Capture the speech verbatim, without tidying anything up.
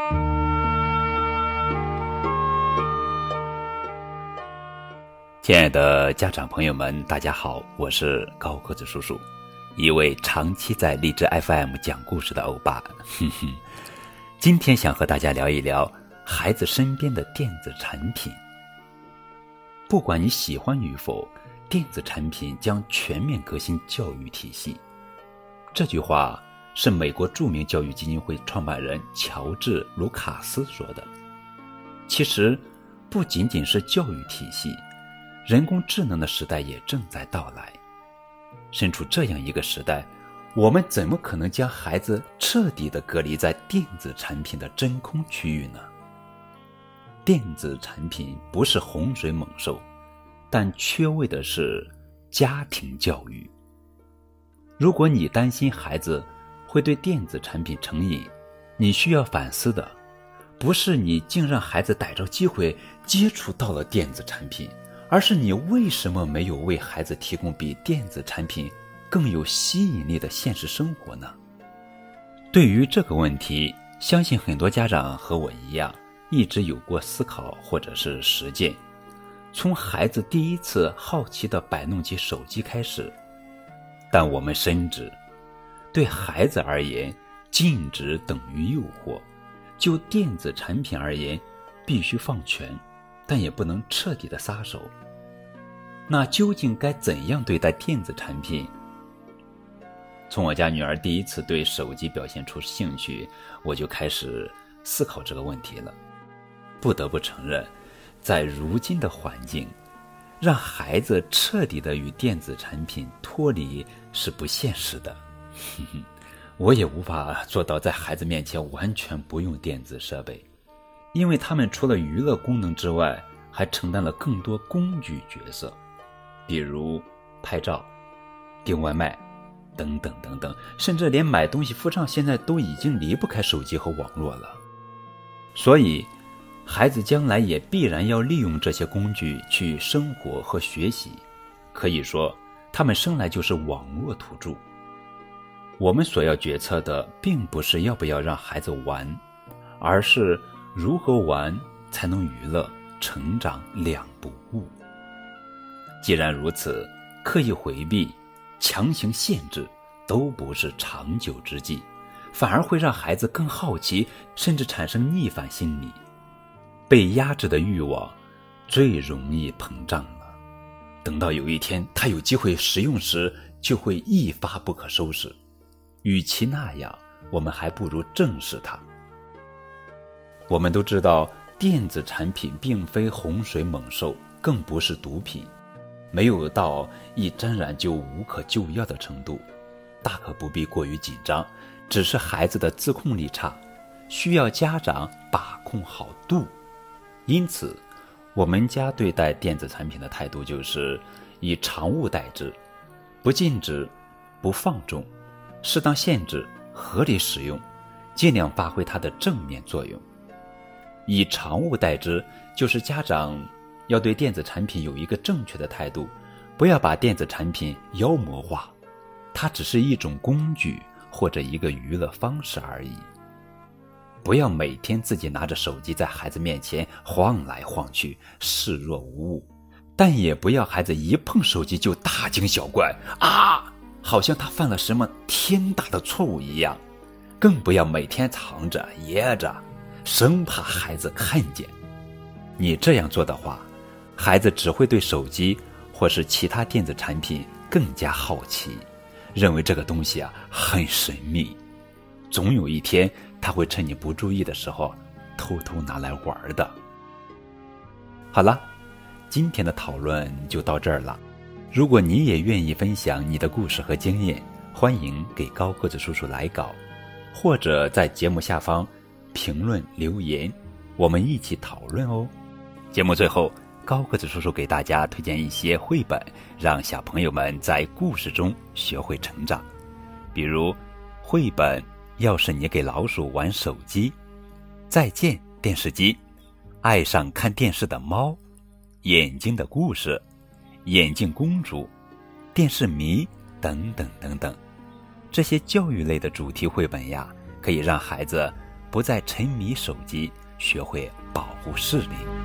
亲爱的家长朋友们，大家好，我是高个子叔叔，一位长期在荔枝 F M 讲故事的欧巴。哼哼，今天想和大家聊一聊孩子身边的电子产品。不管你喜欢与否，电子产品将全面革新教育体系。这句话是美国著名教育基金会创办人乔治·卢卡斯说的。其实，不仅仅是教育体系，人工智能的时代也正在到来。身处这样一个时代，我们怎么可能将孩子彻底地隔离在电子产品的真空区域呢？电子产品不是洪水猛兽，但缺位的是家庭教育。如果你担心孩子会对电子产品成瘾，你需要反思的不是你竟让孩子逮着机会接触到了电子产品，而是你为什么没有为孩子提供比电子产品更有吸引力的现实生活呢？对于这个问题，相信很多家长和我一样，一直有过思考或者是实践。从孩子第一次好奇地摆弄起手机开始，但我们深知，对孩子而言，禁止等于诱惑。就电子产品而言，必须放权，但也不能彻底的撒手。那究竟该怎样对待电子产品？从我家女儿第一次对手机表现出兴趣，我就开始思考这个问题了。不得不承认，在如今的环境，让孩子彻底的与电子产品脱离是不现实的。我也无法做到在孩子面前完全不用电子设备，因为他们除了娱乐功能之外，还承担了更多工具角色，比如拍照、订外卖等等等等，甚至连买东西付账现在都已经离不开手机和网络了。所以孩子将来也必然要利用这些工具去生活和学习，可以说他们生来就是网络土著。我们所要决策的并不是要不要让孩子玩，而是如何玩才能娱乐、成长两不误。既然如此，刻意回避、强行限制都不是长久之计，反而会让孩子更好奇，甚至产生逆反心理。被压制的欲望最容易膨胀了，等到有一天他有机会使用时，就会一发不可收拾。与其那样，我们还不如正视它。我们都知道，电子产品并非洪水猛兽，更不是毒品，没有到一沾染就无可救药的程度，大可不必过于紧张，只是孩子的自控力差，需要家长把控好度。因此，我们家对待电子产品的态度就是以常物待之，不禁止，不放纵，适当限制，合理使用，尽量发挥它的正面作用。以常物待之，就是家长要对电子产品有一个正确的态度，不要把电子产品妖魔化，它只是一种工具或者一个娱乐方式而已。不要每天自己拿着手机在孩子面前晃来晃去，视若无物，但也不要孩子一碰手机就大惊小怪啊，好像他犯了什么天大的错误一样。更不要每天藏着掖着，生怕孩子看见。你这样做的话，孩子只会对手机或是其他电子产品更加好奇，认为这个东西啊很神秘，总有一天他会趁你不注意的时候偷偷拿来玩的。好了，今天的讨论就到这儿了。如果你也愿意分享你的故事和经验，欢迎给高个子叔叔来稿，或者在节目下方评论留言，我们一起讨论哦。节目最后，高个子叔叔给大家推荐一些绘本，让小朋友们在故事中学会成长。比如绘本要是你给老鼠玩手机，再见电视机，爱上看电视的猫，眼睛的故事，眼镜公主，电视迷等等等等。这些教育类的主题绘本呀，可以让孩子不再沉迷手机，学会保护视力。